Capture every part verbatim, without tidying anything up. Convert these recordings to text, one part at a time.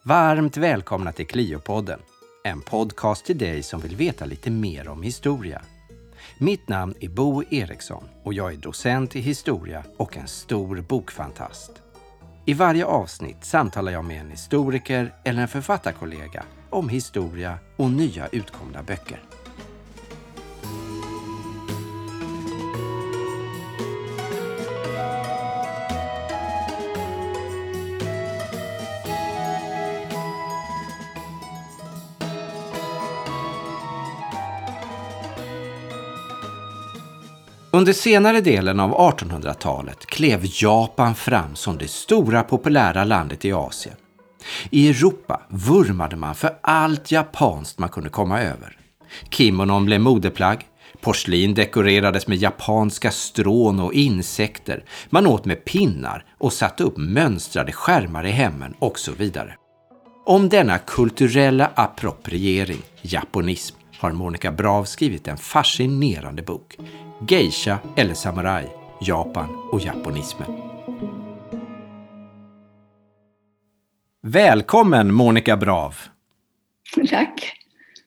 Varmt välkomna till Clio-podden, en podcast till dig som vill veta lite mer om historia. Mitt namn är Bo Eriksson och jag är docent i historia och en stor bokfantast. I varje avsnitt samtalar jag med en historiker eller en författarkollega om historia och nya utkomna böcker. Under senare delen av artonhundratalet klev Japan fram som det stora populära landet i Asien. I Europa vurmade man för allt japanskt man kunde komma över. Kimonon blev modeplagg, porslin dekorerades med japanska strån och insekter, man åt med pinnar och satte upp mönstrade skärmar i hemmen och så vidare. Om denna kulturella appropriering, japonism, har Monica Brav skrivit en fascinerande bok. Geisha eller samurai, Japan och japonismen. Välkommen Monica Brav. Tack.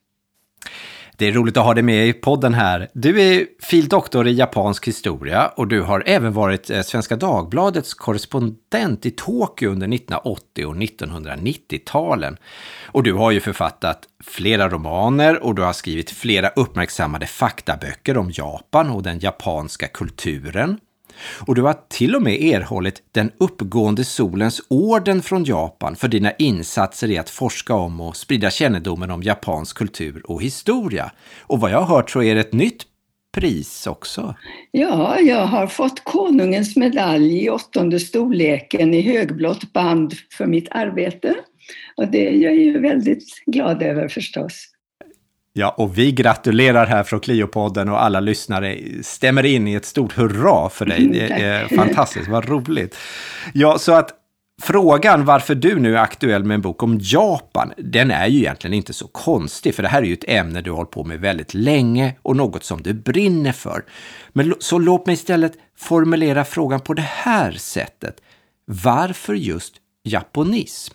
Det är roligt att ha dig med i podden här. Du är fildoktor i japansk historia och du har även varit Svenska Dagbladets korrespondent i Tokyo under nittonhundraåttio- och nittonhundranittio-talen. Och du har ju författat flera romaner och du har skrivit flera uppmärksammade faktaböcker om Japan och den japanska kulturen. Och du har till och med erhållit den uppgående solens orden från Japan för dina insatser i att forska om och sprida kännedomen om japansk kultur och historia. Och vad jag har hört så är det ett nytt pris också. Ja, jag har fått konungens medalj i åttonde storleken i högblått band för mitt arbete. Och det är jag ju väldigt glad över förstås. Ja, och vi gratulerar här från Clio-podden och alla lyssnare stämmer in i ett stort hurra för dig. Det är fantastiskt, vad roligt. Ja, så att frågan varför du nu är aktuell med en bok om Japan, den är ju egentligen inte så konstig. För det här är ju ett ämne du har hållit på med väldigt länge och något som du brinner för. Men så låt mig istället formulera frågan på det här sättet. Varför just japonism?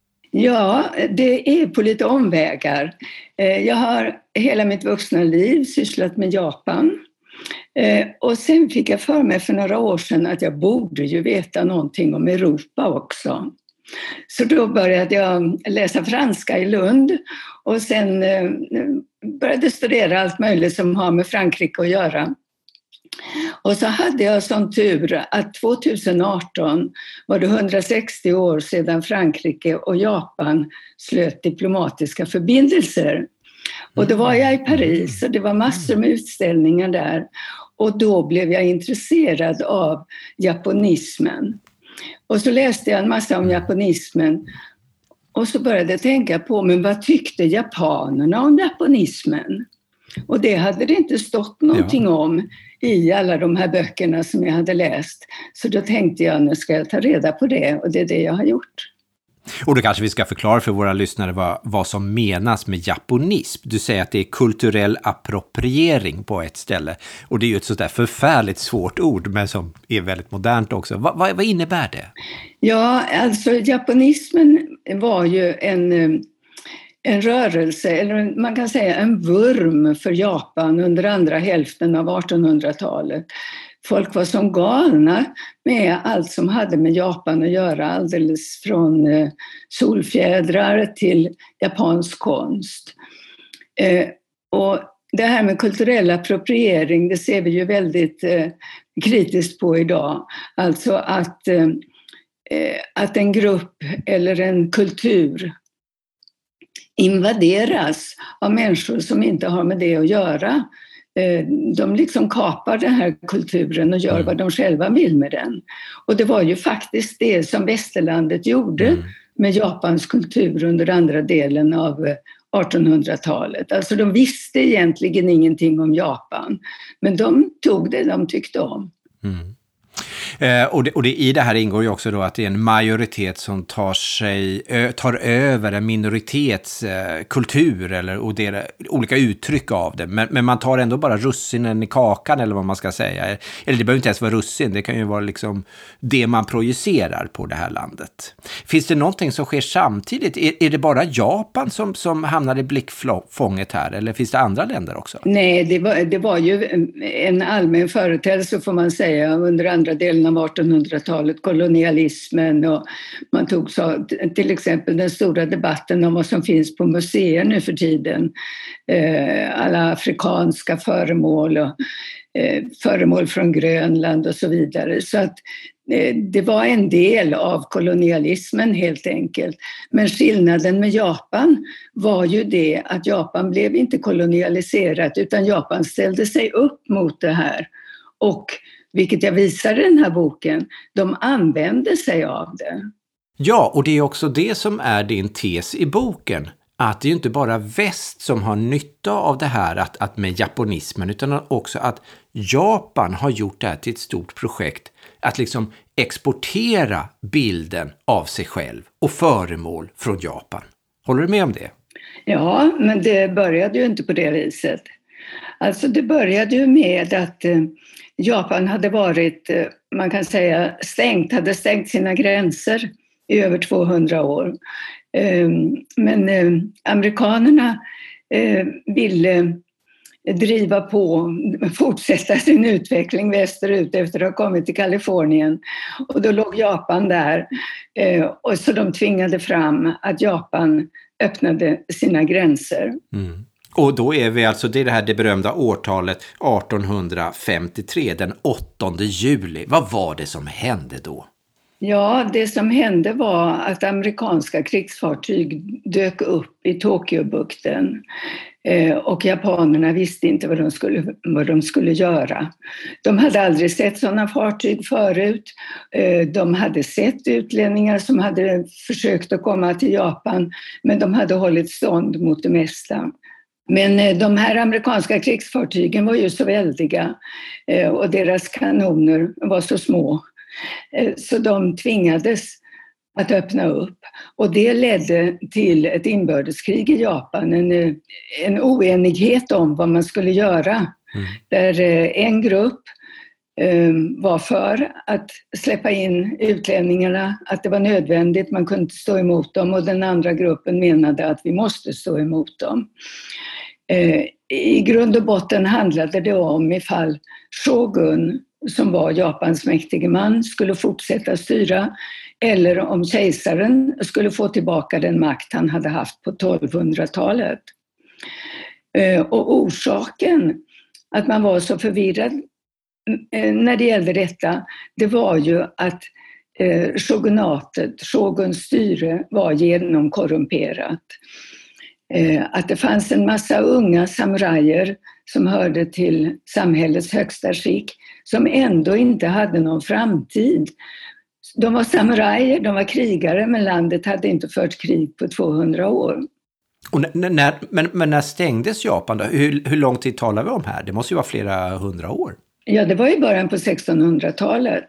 Ja, det är på lite omvägar. Jag har hela mitt vuxna liv sysslat med Japan. Och sen fick jag för mig för några år sedan att jag borde ju veta någonting om Europa också. Så då började jag läsa franska i Lund och sen började studera allt möjligt som har med Frankrike att göra. Och så hade jag sån tur att tjugoarton var det hundrasextio år sedan Frankrike och Japan slöt diplomatiska förbindelser. Och då var jag i Paris och det var massor med utställningar där. Och då blev jag intresserad av japonismen. Och så läste jag en massa om japonismen. Och så började jag tänka på, men vad tyckte japanerna om japonismen? Och det hade det inte stått någonting ja. om i alla de här böckerna som jag hade läst. Så då tänkte jag, nu ska jag ta reda på det och det är det jag har gjort. Och då kanske vi ska förklara för våra lyssnare vad, vad som menas med japonism. Du säger att det är kulturell appropriering på ett ställe. Och det är ju ett sådär förfärligt svårt ord men som är väldigt modernt också. Va, va, vad innebär det? Ja, alltså japonismen var ju en... En rörelse, eller man kan säga en vurm för Japan under andra hälften av artonhundratalet. Folk var som galna med allt som hade med Japan att göra, alldeles från solfjädrar till japansk konst. Och det här med kulturell appropriering, det ser vi ju väldigt kritiskt på idag. Alltså att, att en grupp eller en kultur invaderas av människor som inte har med det att göra. De liksom kapar den här kulturen och gör mm. vad de själva vill med den. Och det var ju faktiskt det som västerlandet gjorde mm. med Japans kultur under andra delen av artonhundratalet. Alltså de visste egentligen ingenting om Japan, men de tog det de tyckte om. Mm. Eh, och det, och det, i det här ingår ju också då att det är en majoritet som tar, sig, ö, tar över en minoritets eh, kultur eller och det, olika uttryck av det. Men, men man tar ändå bara russinen i kakan eller vad man ska säga. Eller det behöver inte ens vara russin, det kan ju vara liksom det man projicerar på det här landet. Finns det någonting som sker samtidigt? Är, är det bara Japan som, som hamnar i blickfånget här eller finns det andra länder också? Nej, det var, det var ju en allmän företeelse får man säga under andra delen av artonhundratalet, kolonialismen och man tog så, till exempel den stora debatten om vad som finns på museer nu för tiden. Eh, alla afrikanska föremål och eh, föremål från Grönland och så vidare. Så att eh, det var en del av kolonialismen helt enkelt. Men skillnaden med Japan var ju det att Japan blev inte kolonialiserat utan Japan ställde sig upp mot det här. Och vilket jag visar i den här boken, de använde sig av det. Ja, och det är också det som är din tes i boken. Att det är ju inte bara väst som har nytta av det här att, att med japanismen utan också att Japan har gjort det här till ett stort projekt. Att liksom exportera bilden av sig själv och föremål från Japan. Håller du med om det? Ja, men det började ju inte på det viset. Alltså det började ju med att eh, Japan hade varit, eh, man kan säga, stängt, hade stängt sina gränser i över tvåhundra år. Eh, men eh, amerikanerna eh, ville driva på, fortsätta sin utveckling västerut efter att ha kommit till Kalifornien. Och då låg Japan där eh, och så de tvingade fram att Japan öppnade sina gränser. Mm. Och då är vi alltså, det är det här det berömda årtalet artonhundrafemtiotre, den åttonde juli. Vad var det som hände då? Ja, det som hände var att amerikanska krigsfartyg dök upp i Tokyobukten eh, och japanerna visste inte vad de, skulle, vad de skulle göra. De hade aldrig sett sådana fartyg förut. Eh, de hade sett utlänningar som hade försökt att komma till Japan men de hade hållit stånd mot det mesta. Men de här amerikanska krigsfartygen var ju så väldiga och deras kanoner var så små. Så de tvingades att öppna upp. Och det ledde till ett inbördeskrig i Japan. En, en oenighet om vad man skulle göra. Mm. Där en grupp var för att släppa in utlänningarna, att det var nödvändigt, man kunde inte stå emot dem. Och den andra gruppen menade att vi måste stå emot dem. I grund och botten handlade det om ifall Shogun, som var Japans mäktige man, skulle fortsätta styra eller om kejsaren skulle få tillbaka den makt han hade haft på tolvhundratalet. Och orsaken att man var så förvirrad när det gällde detta, det var ju att shogunatet, shoguns styre var genomkorrumperat. Att det fanns en massa unga samurajer som hörde till samhällets högsta skick som ändå inte hade någon framtid. De var samurajer, de var krigare men landet hade inte fört krig på tvåhundra år. Och när, när, men, men när stängdes Japan då? Hur, hur lång tid talar vi om här? Det måste ju vara flera hundra år. Ja, det var i början på sextonhundratalet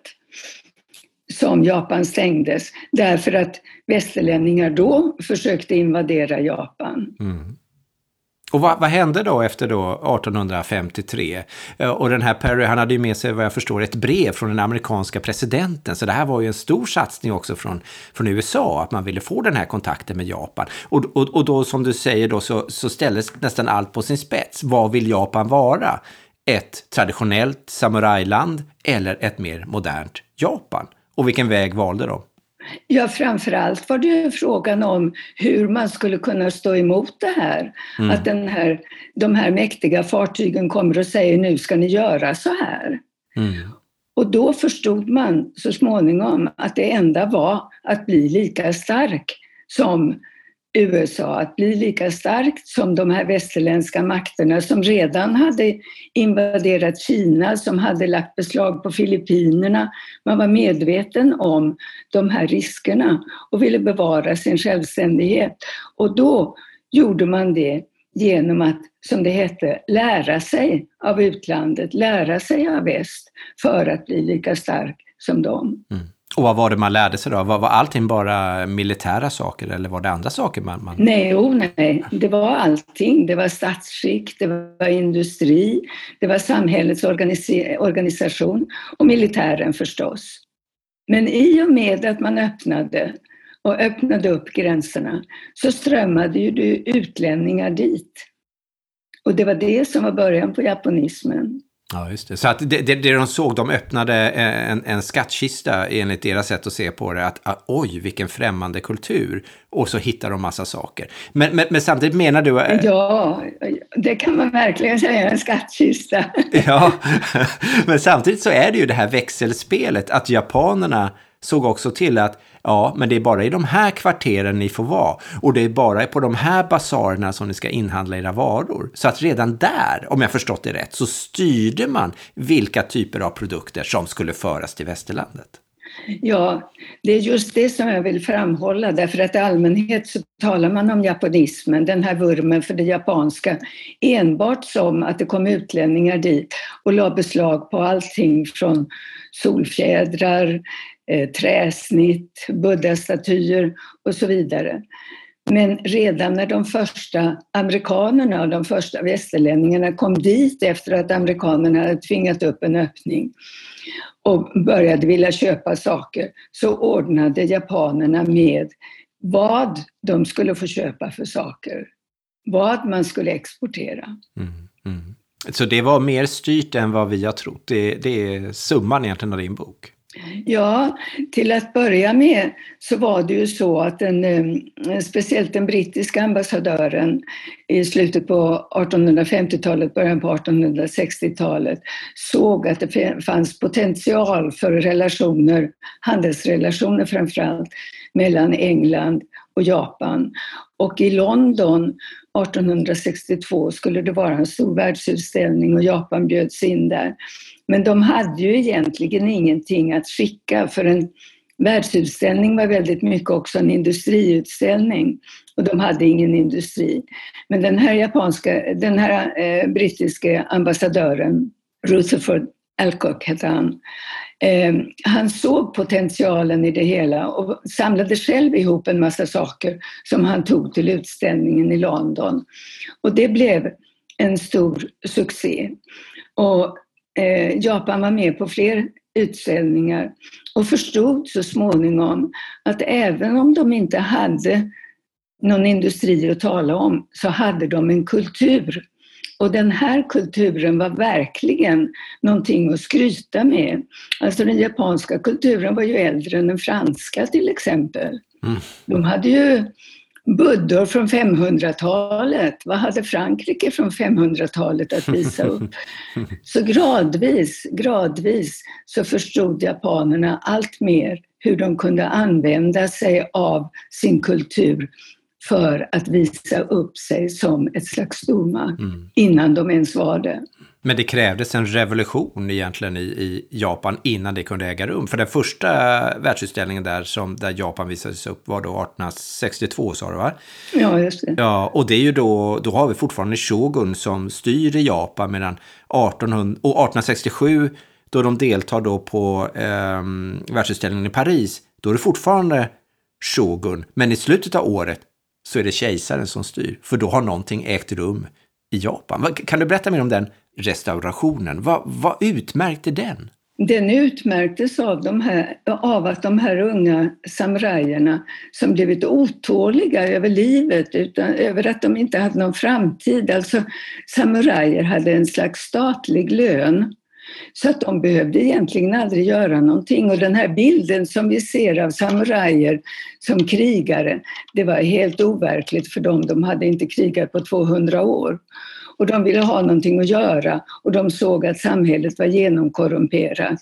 som Japan stängdes därför att västerlänningar då försökte invadera Japan. Mm. Och vad, vad hände då efter då artonhundrafemtiotre? Och den här Perry, han hade ju med sig vad jag förstår ett brev från den amerikanska presidenten. Så det här var ju en stor satsning också från, från U S A att man ville få den här kontakten med Japan. Och, och, och då som du säger då så, så ställdes nästan allt på sin spets. Vad vill Japan vara? Ett traditionellt samurajland eller ett mer modernt Japan? Och vilken väg valde de? Ja, framförallt var det frågan om hur man skulle kunna stå emot det här. Mm. Att den här, de här mäktiga fartygen kommer och säger nu ska ni göra så här. Mm. Och då förstod man så småningom att det enda var att bli lika stark som U S A, att bli lika starkt som de här västerländska makterna som redan hade invaderat Kina, som hade lagt beslag på Filippinerna. Man var medveten om de här riskerna och ville bevara sin självständighet. Och då gjorde man det genom att, som det hette, lära sig av utlandet, lära sig av väst för att bli lika stark som dem. Mm. Och vad var det man lärde sig då? Var, var allting bara militära saker eller var det andra saker man... man... Nej, oh, nej, det var allting. Det var statsskick, det var industri, det var samhällets organis- organisation och militären förstås. Men i och med att man öppnade och öppnade upp gränserna så strömmade ju det utlänningar dit. Och det var det som var början på japonismen. Ja, just det. Så att det, det, det de såg, de öppnade en, en skattkista enligt deras sätt att se på det. Att, att oj, vilken främmande kultur. Och så hittar de massa saker. Men, men, men samtidigt menar du... Ja, det kan man verkligen säga, en skattkista. Ja, men samtidigt så är det ju det här växelspelet. Att japanerna såg också till att ja, men det är bara i de här kvarteren ni får vara. Och det är bara på de här basarerna som ni ska inhandla era varor. Så att redan där, om jag förstått det rätt, så styrde man vilka typer av produkter som skulle föras till västerlandet. Ja, det är just det som jag vill framhålla. Därför att i allmänhet så talar man om japonismen, den här vurmen för det japanska, enbart som att det kom utlänningar dit och la beslag på allting från solfjädrar, eh, träsnitt, buddhastatyer och så vidare. Men redan när de första amerikanerna och de första västerlänningarna kom dit efter att amerikanerna hade tvingat upp en öppning och började vilja köpa saker, så ordnade japanerna med vad de skulle få köpa för saker. Vad man skulle exportera. Mm, mm. Så det var mer styrt än vad vi har trott. Det, det är summan egentligen av din bok. Ja, till att börja med så var det ju så att en, speciellt den brittiska ambassadören i slutet på artonhundrafemtiotalet, början på artonhundrasextiotalet såg att det fanns potential för relationer, handelsrelationer framförallt, mellan England och Japan. Och i London artonhundrasextiotvå skulle det vara en stor världsutställning och Japan bjöds in där. Men de hade ju egentligen ingenting att skicka, för en världsutställning var väldigt mycket också en industriutställning och de hade ingen industri. Men den här japanska, den här eh, brittiska ambassadören, Rutherford Alcock hette han, eh, han såg potentialen i det hela och samlade själv ihop en massa saker som han tog till utställningen i London. Och det blev en stor succé. Och Eh, Japan var med på fler utställningar och förstod så småningom att även om de inte hade någon industri att tala om så hade de en kultur. Och den här kulturen var verkligen någonting att skryta med. Alltså den japanska kulturen var ju äldre än den franska till exempel. Mm. De hade ju buddor från femhundratalet. Vad hade Frankrike från femhundratalet att visa upp? Så gradvis, gradvis så förstod japanerna allt mer hur de kunde använda sig av sin kultur för att visa upp sig som ett slags stormakt mm. innan de ens var det. Men det krävdes en revolution egentligen i, i Japan innan det kunde äga rum. För den första världsutställningen där, som, där Japan visades upp var då artonhundrasextiotvå, sa du, va? Ja, just det. Ja, och det är ju då, då har vi fortfarande shogun som styr i Japan, medan artonhundra, och artonhundrasextiosju, då de deltar då på eh, världsutställningen i Paris, då är det fortfarande shogun. Men i slutet av året så är det kejsaren som styr, för då har någonting ägt rum i Japan. Kan du berätta mer om den restaurationen? Vad, vad utmärkte den? Den utmärktes av, de här, av att de här unga samurajerna som blivit otåliga över livet, utan över att de inte hade någon framtid. Alltså samurajer hade en slags statlig lön. Så att de behövde egentligen aldrig göra någonting. Och den här bilden som vi ser av samurajer som krigare, det var helt overkligt för dem. De hade inte krigat på tvåhundra år. Och de ville ha någonting att göra. Och de såg att samhället var genomkorrumperat.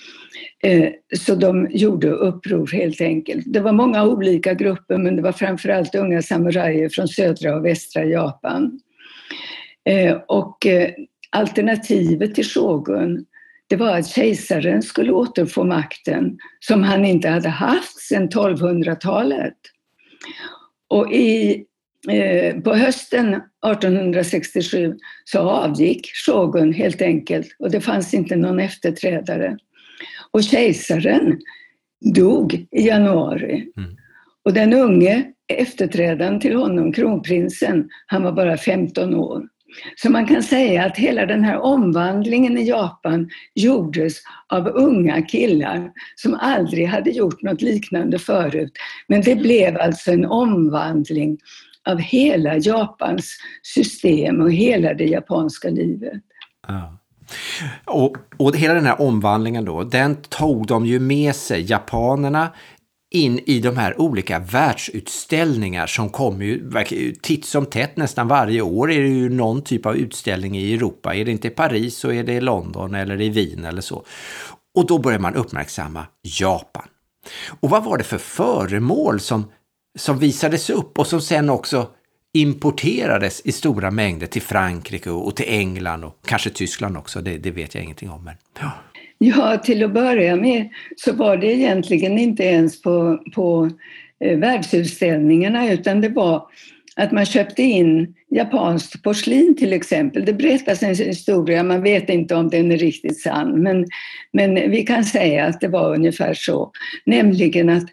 Så de gjorde uppror helt enkelt. Det var många olika grupper, men det var framförallt unga samurajer från södra och västra Japan. Och alternativet till shogun, det var att kejsaren skulle återfå makten som han inte hade haft sedan tolvhundratalet. Och i, eh, på hösten artonhundrasextiosju så avgick shogun helt enkelt och det fanns inte någon efterträdare. Och kejsaren dog i januari. Mm. Och den unge efterträdaren till honom, kronprinsen, han var bara femton år. Så man kan säga att hela den här omvandlingen i Japan gjordes av unga killar som aldrig hade gjort något liknande förut. Men det blev alltså en omvandling av hela Japans system och hela det japanska livet. Ja. Och, och hela den här omvandlingen då, den tog de ju med sig, japanerna, in i de här olika världsutställningar som kommer ju titt som tätt nästan varje år. Är det ju någon typ av utställning i Europa. Är det inte i Paris så är det i London eller i Wien eller så. Och då börjar man uppmärksamma Japan. Och vad var det för föremål som, som visades upp och som sen också importerades i stora mängder till Frankrike och till England och kanske Tyskland också, det, det vet jag ingenting om. Men, ja. Ja, till att börja med så var det egentligen inte ens på, på eh, världsutställningarna, utan det var att man köpte in japanskt porslin till exempel. Det berättas en historia, man vet inte om den är riktigt sann, men, men vi kan säga att det var ungefär så. Nämligen att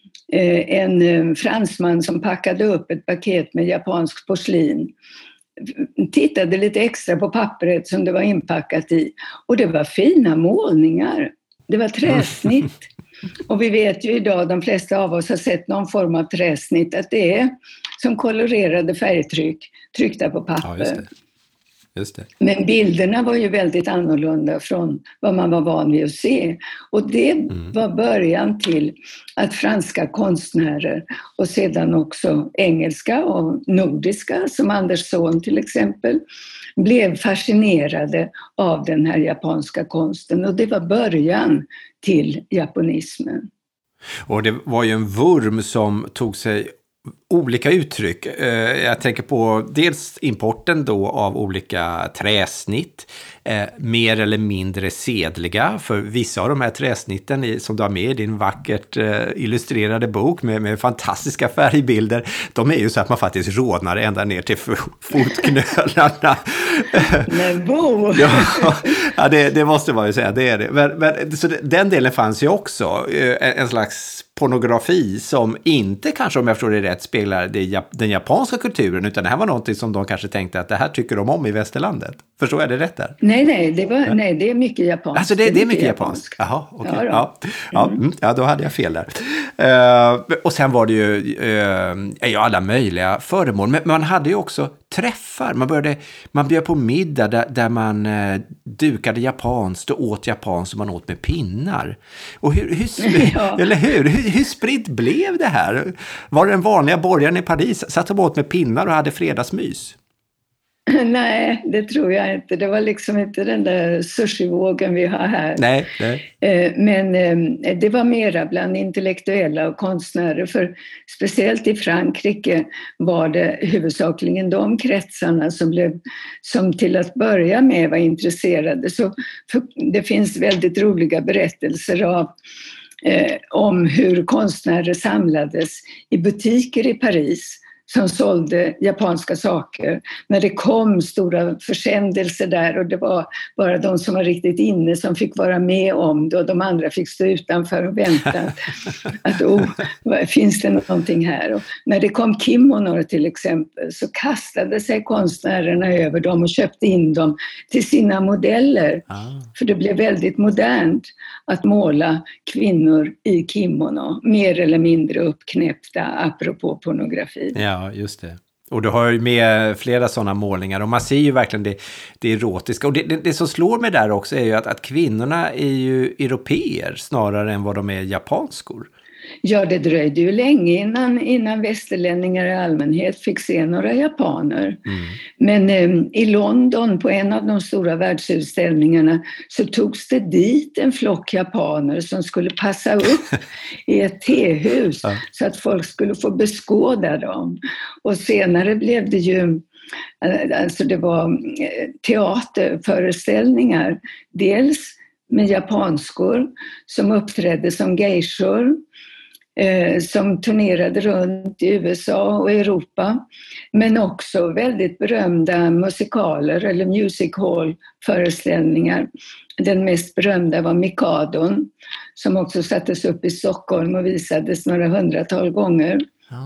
en fransman som packade upp ett paket med japansk porslin tittade lite extra på pappret som det var inpackat i, och det var fina målningar, det var träsnitt. Och vi vet ju idag, de flesta av oss har sett någon form av träsnitt, att det är som kolorerade färgtryck tryckta på papper. Ja, just det. Just det. Men bilderna var ju väldigt annorlunda från vad man var van vid att se. Och det mm. var början till att franska konstnärer och sedan också engelska och nordiska, som Anders Zorn till exempel, blev fascinerade av den här japanska konsten. Och det var början till japonismen. Och det var ju en vurm som tog sig olika uttryck. Jag tänker på dels importen då av olika träsnitt, mer eller mindre sedliga, för vissa av de här träsnitten som du har med i din vackert illustrerade bok med, med fantastiska färgbilder, de är ju så att man faktiskt rodnar ända ner till fotknölarna. Men bo! Ja, det, det måste man ju säga, det är det. Men, men, så den delen fanns ju också, en slags pornografi som inte kanske, om jag förstår det rätt, speglar det, den japanska kulturen, utan det här var något som de kanske tänkte att det här tycker de om i västerlandet. Förstår jag det rätt där? Nej, nej, det, var, ja. nej, det är mycket japanskt. Alltså det, det är mycket japanskt? Jaha, okej. Okay. Ja, ja. Ja, mm. ja, då hade jag fel där. Uh, och sen var det ju uh, ja, alla möjliga föremål, men man hade ju också träffar. Man började, man bjöd på middag där, där man uh, dukade japanskt och åt japanskt och man åt med pinnar. Och hur, hur, ja. eller hur? hur? Hur spritt blev det här? Var det den vanliga borgaren i Paris satt och åt med pinnar och hade fredagsmys? Nej, det tror jag inte. Det var liksom inte den där sushi-vågen vi har här. Nej, nej. Men det var mera bland intellektuella och konstnärer, för speciellt i Frankrike var det huvudsakligen de kretsarna som, blev, som till att börja med var intresserade. Så det finns väldigt roliga berättelser av eh, om hur konstnärer samlades i butiker i Paris som sålde japanska saker. När det kom stora försändelser där och det var bara de som var riktigt inne som fick vara med om det och de andra fick stå utanför och vänta att, att oh, finns det någonting här? Och när det kom kimono till exempel så kastade sig konstnärerna över dem och köpte in dem till sina modeller. Ah. För det blev väldigt modernt att måla kvinnor i kimono, mer eller mindre uppknäppta, apropå pornografi. Ja, just det. Och du har ju med flera sådana målningar och man ser ju verkligen det, det erotiska. Och det, det, det som slår mig där också är ju att, att kvinnorna är ju europeer snarare än vad de är japanskor. Ja, det dröjde ju länge innan, innan västerlänningar i allmänhet fick se några japaner. Mm. Men eh, i London på en av de stora världsutställningarna så togs det dit en flock japaner som skulle passa upp i ett tehus ja. Så att folk skulle få beskåda dem. Och senare blev det ju, alltså det var teaterföreställningar, dels med japanskor som uppträdde som geishor. eh, som turnerade runt i U S A och Europa. Men också väldigt berömda musikaler eller music hall-föreställningar. Den mest berömda var Mikadon, som också sattes upp i Stockholm och visades några hundratal gånger.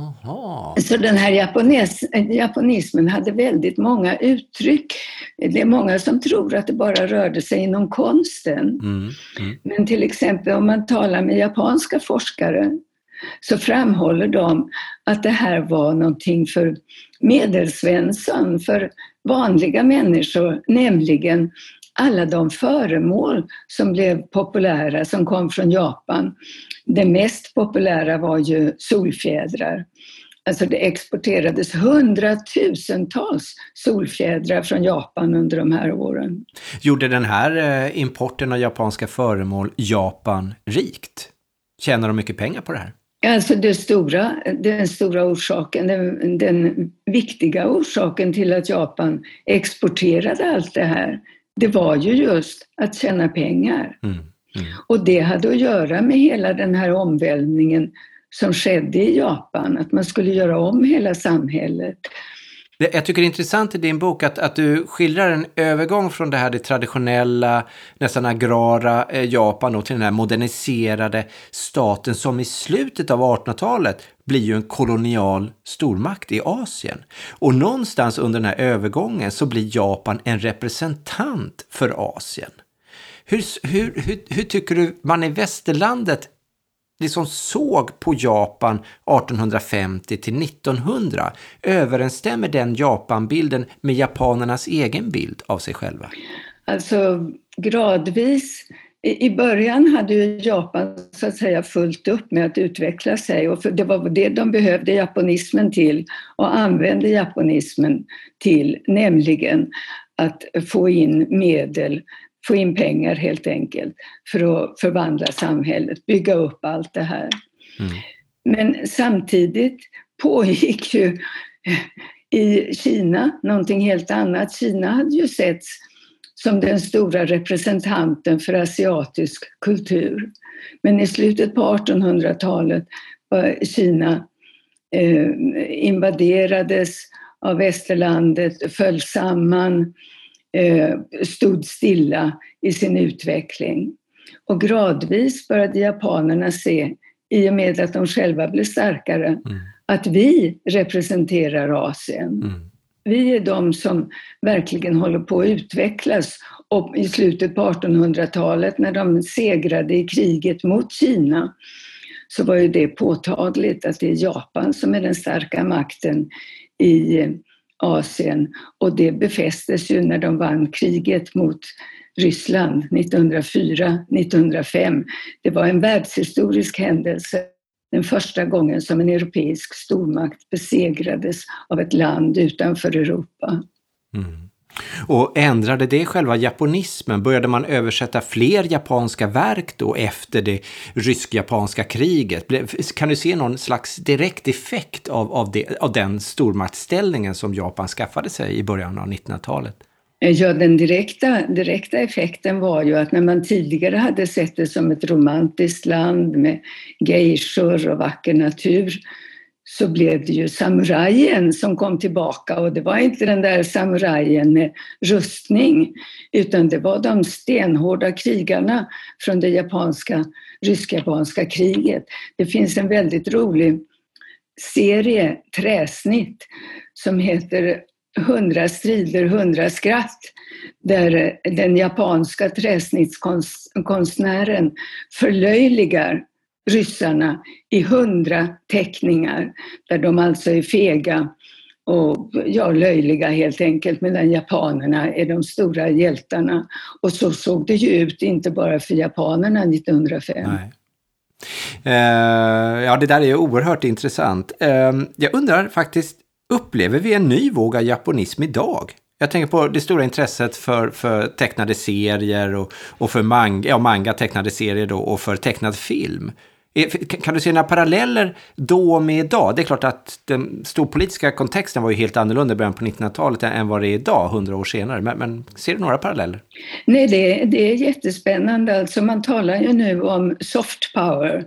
Jaha. Så den här japones, japonismen hade väldigt många uttryck. Det är många som tror att det bara rörde sig inom konsten. Mm, mm. Men till exempel om man talar med japanska forskare så framhåller de att det här var någonting för medelsvensson, för vanliga människor, nämligen alla de föremål som blev populära som kom från Japan. Det mest populära var ju solfjädrar. Alltså det exporterades hundratusentals solfjädrar från Japan under de här åren. Gjorde den här importen av japanska föremål Japan rikt? Tjänar de mycket pengar på det här? Alltså det stora, den stora orsaken, den, den viktiga orsaken till att Japan exporterade allt det här, det var ju just att tjäna pengar. Mm, mm. Och det hade att göra med hela den här omvälvningen som skedde i Japan, att man skulle göra om hela samhället. Jag tycker det är intressant i din bok att, att du skildrar en övergång från det här det traditionella, nästan agrara eh, Japan och till den här moderniserade staten som i slutet av artonhundratalet blir ju en kolonial stormakt i Asien. Och någonstans under den här övergången så blir Japan en representant för Asien. Hur, hur, hur, hur tycker du man i västerlandet liksom såg på Japan artonhundrafemtio till nittonhundra? Överensstämmer den Japanbilden med japanernas egen bild av sig själva? Alltså gradvis. I början hade ju Japan så att säga fullt upp med att utveckla sig, och för det var det de behövde japanismen till och använde japanismen till, nämligen att få in medel, få in pengar helt enkelt för att förvandla samhället, bygga upp allt det här. Mm. Men samtidigt pågick ju i Kina någonting helt annat. Kina hade ju setts som den stora representanten för asiatisk kultur. Men i slutet på artonhundratalet var Kina eh, invaderades av västerlandet, föll samman, eh, stod stilla i sin utveckling. Och gradvis började japanerna se, i och med att de själva blev starkare, mm. att vi representerar Asien. Mm. Vi är de som verkligen håller på att utvecklas, och i slutet på artonhundratalet när de segrade i kriget mot Kina så var ju det påtagligt att det är Japan som är den starka makten i Asien, och det befästes ju när de vann kriget mot Ryssland nittonhundrafyra nittonhundrafem. Det var en världshistorisk händelse. Den första gången som en europeisk stormakt besegrades av ett land utanför Europa. Mm. Och ändrade det själva japonismen? Började man översätta fler japanska verk då efter det rysk-japanska kriget? Kan du se någon slags direkt effekt av, av, det, av den stormaktsställningen som Japan skaffade sig i början av nittonhundratalet? Ja, den direkta, direkta effekten var ju att när man tidigare hade sett det som ett romantiskt land med geishor och vacker natur, så blev det ju samurajen som kom tillbaka, och det var inte den där samurajen med rustning, utan det var de stenhårda krigarna från det japanska, rysk-japanska kriget. Det finns en väldigt rolig serie träsnitt som heter Hundra strider, hundra skratt, där den japanska träsnittskonstnären förlöjligar ryssarna i hundra teckningar, där de alltså är fega och ja, löjliga helt enkelt, medan japanerna är de stora hjältarna. Och så såg det ju ut, inte bara för japanerna nittonhundrafem. Nej. Uh, ja, det där är ju oerhört intressant. Uh, jag undrar faktiskt, upplever vi en ny våg av japanism idag? Jag tänker på det stora intresset för, för tecknade serier och, och för manga, ja, manga tecknade serier då, och för tecknad film. Kan du se några paralleller då med idag? Det är klart att den storpolitiska kontexten var ju helt annorlunda i början på nittonhundratalet än vad det är idag, hundra år senare. Men, men ser du några paralleller? Nej, det, det är jättespännande. Alltså man talar ju nu om soft power.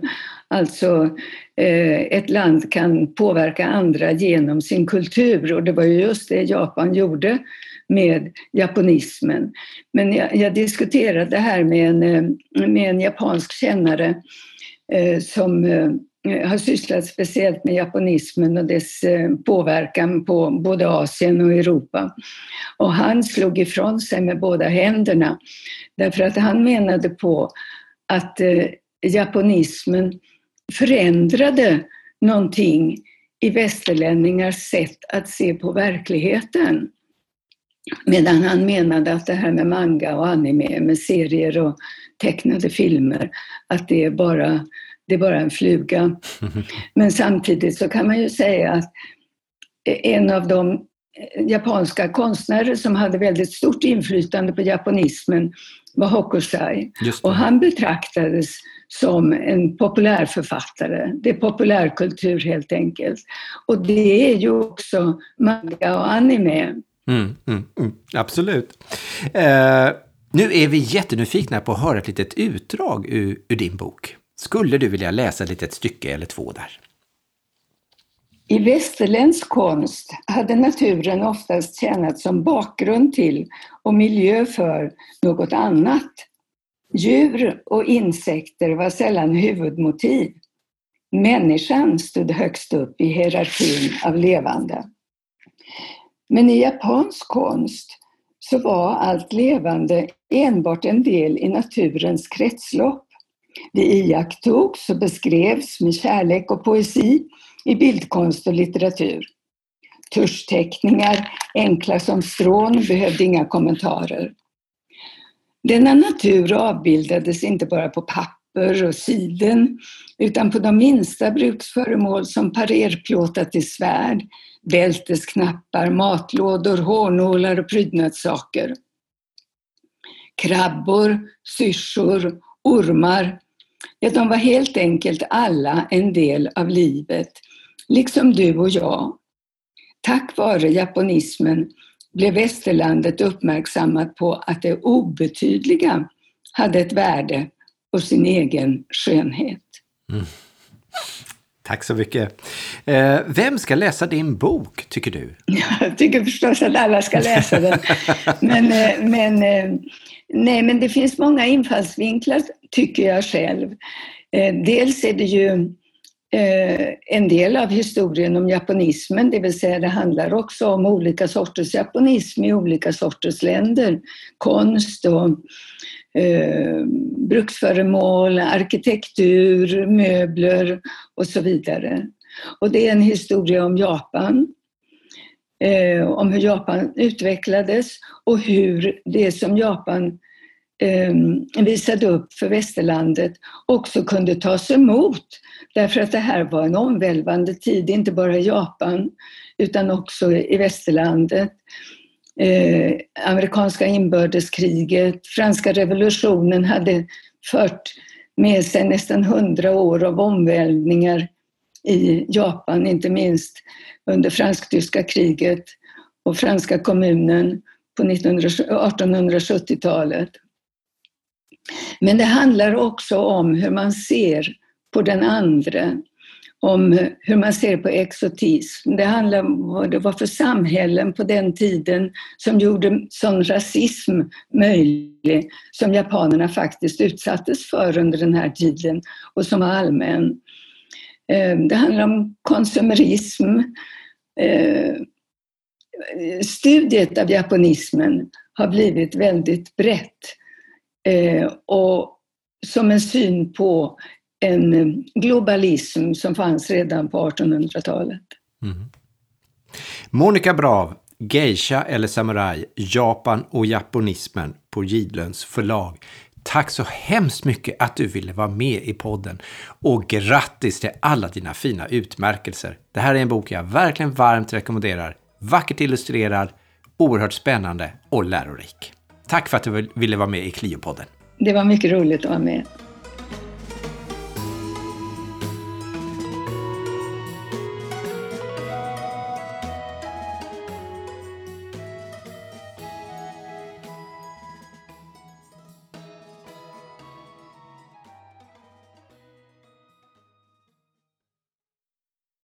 Alltså eh, ett land kan påverka andra genom sin kultur, och det var ju just det Japan gjorde med japonismen. Men jag, jag diskuterade det här med en, med en japansk kännare eh, som eh, har sysslat speciellt med japonismen och dess eh, påverkan på både Asien och Europa. Och han slog ifrån sig med båda händerna, därför att han menade på att eh, japonismen förändrade någonting i västerlänningars sätt att se på verkligheten. Medan han menade att det här med manga och anime, med serier och tecknade filmer, att det är bara, det är bara en fluga. Men samtidigt så kan man ju säga att en av de japanska konstnärer som hade väldigt stort inflytande på japonismen var Hokusai. Och han betraktades som en populärförfattare. Det är populärkultur helt enkelt. Och det är ju också manga och anime. Mm, mm, mm, absolut. Eh, nu är vi jättenyfikna på att höra ett litet utdrag ur, ur din bok. Skulle du vilja läsa ett litet stycke eller två där? I västerländsk konst hade naturen oftast tjänat som bakgrund till och miljö för något annat. Djur och insekter var sällan huvudmotiv. Människan stod högst upp i hierarkin av levande. Men i japansk konst så var allt levande enbart en del i naturens kretslopp. Det iakttogs och beskrevs med kärlek och poesi i bildkonst och litteratur. Tuschteckningar, enkla som strån, behövde inga kommentarer. Denna natur avbildades inte bara på papper och siden, utan på de minsta bruksföremål som parerplåtar till svärd, bältesknappar, matlådor, hårnålar och prydnadssaker. Krabbor, syrsor, ormar, ja, de var helt enkelt alla en del av livet, liksom du och jag. Tack vare japonismen blev västerlandet uppmärksammat på att det obetydliga hade ett värde och sin egen skönhet. Mm. Tack så mycket. Eh, vem ska läsa din bok, tycker du? Jag tycker förstås att alla ska läsa den. men, men, nej, men det finns många infallsvinklar, tycker jag själv. Dels är det ju en del av historien om japonismen, det vill säga det handlar också om olika sorters japonism i olika sorters länder. Konst och eh, bruksföremål, arkitektur, möbler och så vidare. Och det är en historia om Japan, eh, om hur Japan utvecklades och hur det som Japan eh, visade upp för västerlandet också kunde tas emot. Därför att det här var en omvälvande tid, inte bara i Japan utan också i västerlandet. Eh, amerikanska inbördeskriget, franska revolutionen hade fört med sig nästan hundra år av omvälvningar i Japan, inte minst under fransk-tyska kriget och franska kommunen på artonhundrasjuttiotalet. Men det handlar också om hur man ser på den andra, om hur man ser på exotism. Det handlar om vad det var för samhällen på den tiden som gjorde sån rasism möjlig, som japanerna faktiskt utsattes för under den här tiden och som var allmän. Det handlar om konsumerism. Studiet av japonismen har blivit väldigt brett och som en syn på en globalism som fanns redan på artonhundratalet. Mm. Monica Brav, Geisha eller Samurai, Japan och japonismen på Gidlöns förlag. Tack så hemskt mycket att du ville vara med i podden. Och grattis till alla dina fina utmärkelser. Det här är en bok jag verkligen varmt rekommenderar. Vackert illustrerad, oerhört spännande och lärorik. Tack för att du ville vara med i Clio-podden. Det var mycket roligt att vara med.